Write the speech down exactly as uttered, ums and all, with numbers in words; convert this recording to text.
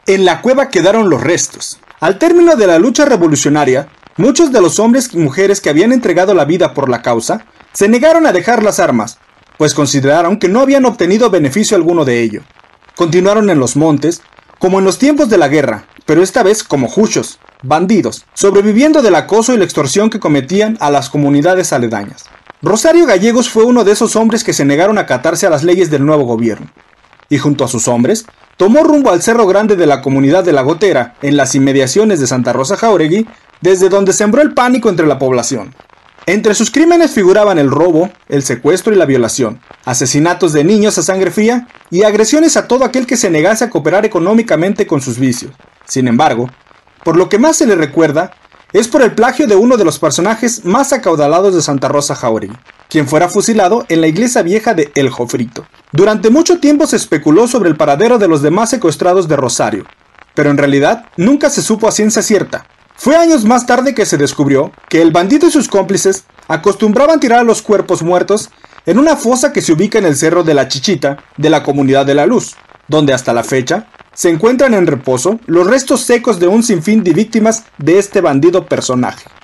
En la cueva quedaron los restos. Al término de la lucha revolucionaria, muchos de los hombres y mujeres que habían entregado la vida por la causa se negaron a dejar las armas, pues consideraron que no habían obtenido beneficio alguno de ello. Continuaron en los montes, como en los tiempos de la guerra, pero esta vez como juchos, bandidos, sobreviviendo del acoso y la extorsión que cometían a las comunidades aledañas. Rosario Gallegos fue uno de esos hombres que se negaron a acatarse a las leyes del nuevo gobierno, y junto a sus hombres, tomó rumbo al Cerro Grande de la comunidad de La Gotera, en las inmediaciones de Santa Rosa Jáuregui, desde donde sembró el pánico entre la población. Entre sus crímenes figuraban el robo, el secuestro y la violación, asesinatos de niños a sangre fría y agresiones a todo aquel que se negase a cooperar económicamente con sus vicios. Sin embargo, por lo que más se le recuerda, es por el plagio de uno de los personajes más acaudalados de Santa Rosa Jáuregui, quien fuera fusilado en la iglesia vieja de El Jofrito. Durante mucho tiempo se especuló sobre el paradero de los demás secuestrados de Rosario, pero en realidad nunca se supo a ciencia cierta. Fue años más tarde que se descubrió que el bandido y sus cómplices acostumbraban tirar a los cuerpos muertos en una fosa que se ubica en el Cerro de la Chichita de la Comunidad de la Luz, donde hasta la fecha se encuentran en reposo los restos secos de un sinfín de víctimas de este bandido personaje.